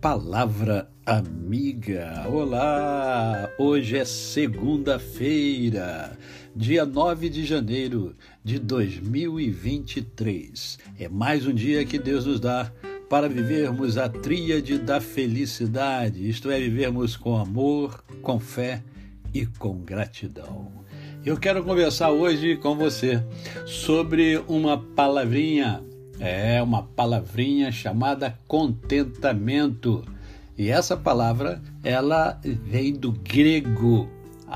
Palavra amiga. Olá! Hoje é segunda-feira, dia 9 de janeiro de 2023. É mais um dia que Deus nos dá para vivermos a tríade da felicidade, isto é, vivermos com amor, com fé e com gratidão. Eu quero conversar hoje com você sobre uma palavrinha chamada contentamento. E essa palavra, ela vem do grego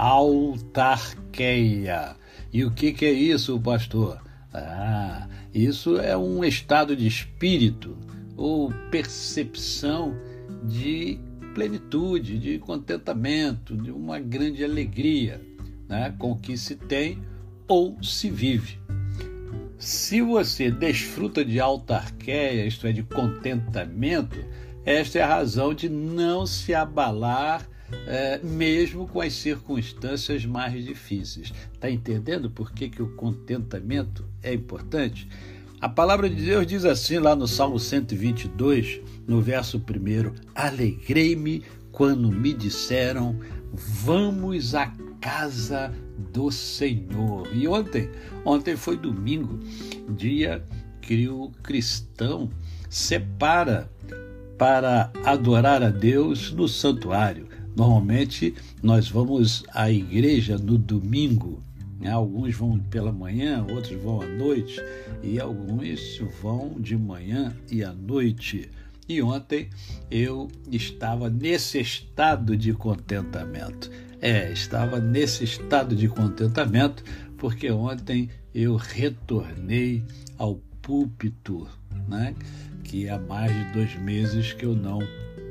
autarkeia. E o que é isso, pastor? Isso é um estado de espírito ou percepção de plenitude, de contentamento, de uma grande alegria, né, com o que se tem ou se vive. Se você desfruta de autarkeia, isto é, de contentamento, esta é a razão de não se abalar, mesmo com as circunstâncias mais difíceis. Está entendendo por que o contentamento é importante? A palavra de Deus diz assim lá no Salmo 122, no verso 1: Alegrei-me quando me disseram, vamos à casa do Senhor. E ontem foi domingo, dia que o cristão separa para adorar a Deus no santuário. Normalmente nós vamos à igreja no domingo, né? Alguns vão pela manhã, outros vão à noite e alguns vão de manhã e à noite. E ontem eu estava nesse estado de contentamento. Estava nesse estado de contentamento porque ontem eu retornei ao púlpito, né? Que há mais de 2 meses que eu não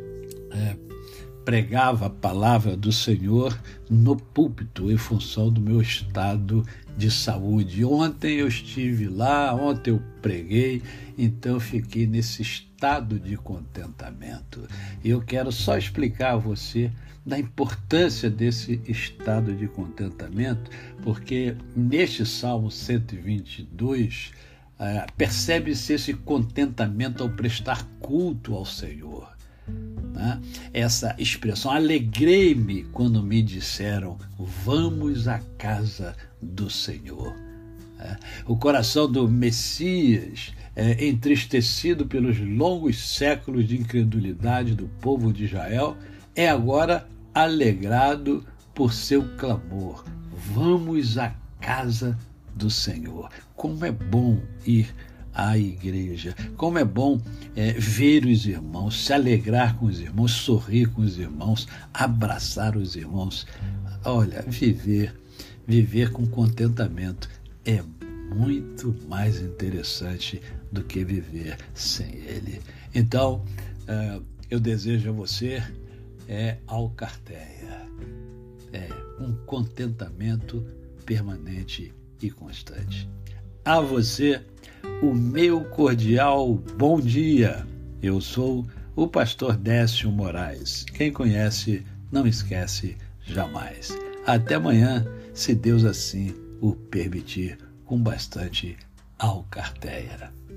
pregava a palavra do Senhor no púlpito em função do meu estado de saúde. Ontem eu estive lá, ontem eu preguei, então eu fiquei nesse estado de contentamento. E eu quero só explicar a você da importância desse estado de contentamento, porque neste Salmo 122, percebe-se esse contentamento ao prestar culto ao Senhor, né? Essa expressão, alegrei-me quando me disseram, vamos à casa do Senhor. O coração do Messias, entristecido pelos longos séculos de incredulidade do povo de Israel, é agora alegrado por seu clamor. Vamos à casa do Senhor. Como é bom ir à igreja, como é bom ver os irmãos, se alegrar com os irmãos, sorrir com os irmãos, abraçar os irmãos. Olha, viver com contentamento é muito mais interessante do que viver sem ele. Então, eu desejo a você autarkeia, um contentamento permanente e constante. A você, o meu cordial bom dia. Eu sou o pastor Décio Moraes. Quem conhece, não esquece jamais. Até amanhã, se Deus assim o permitir, com bastante autarkeia.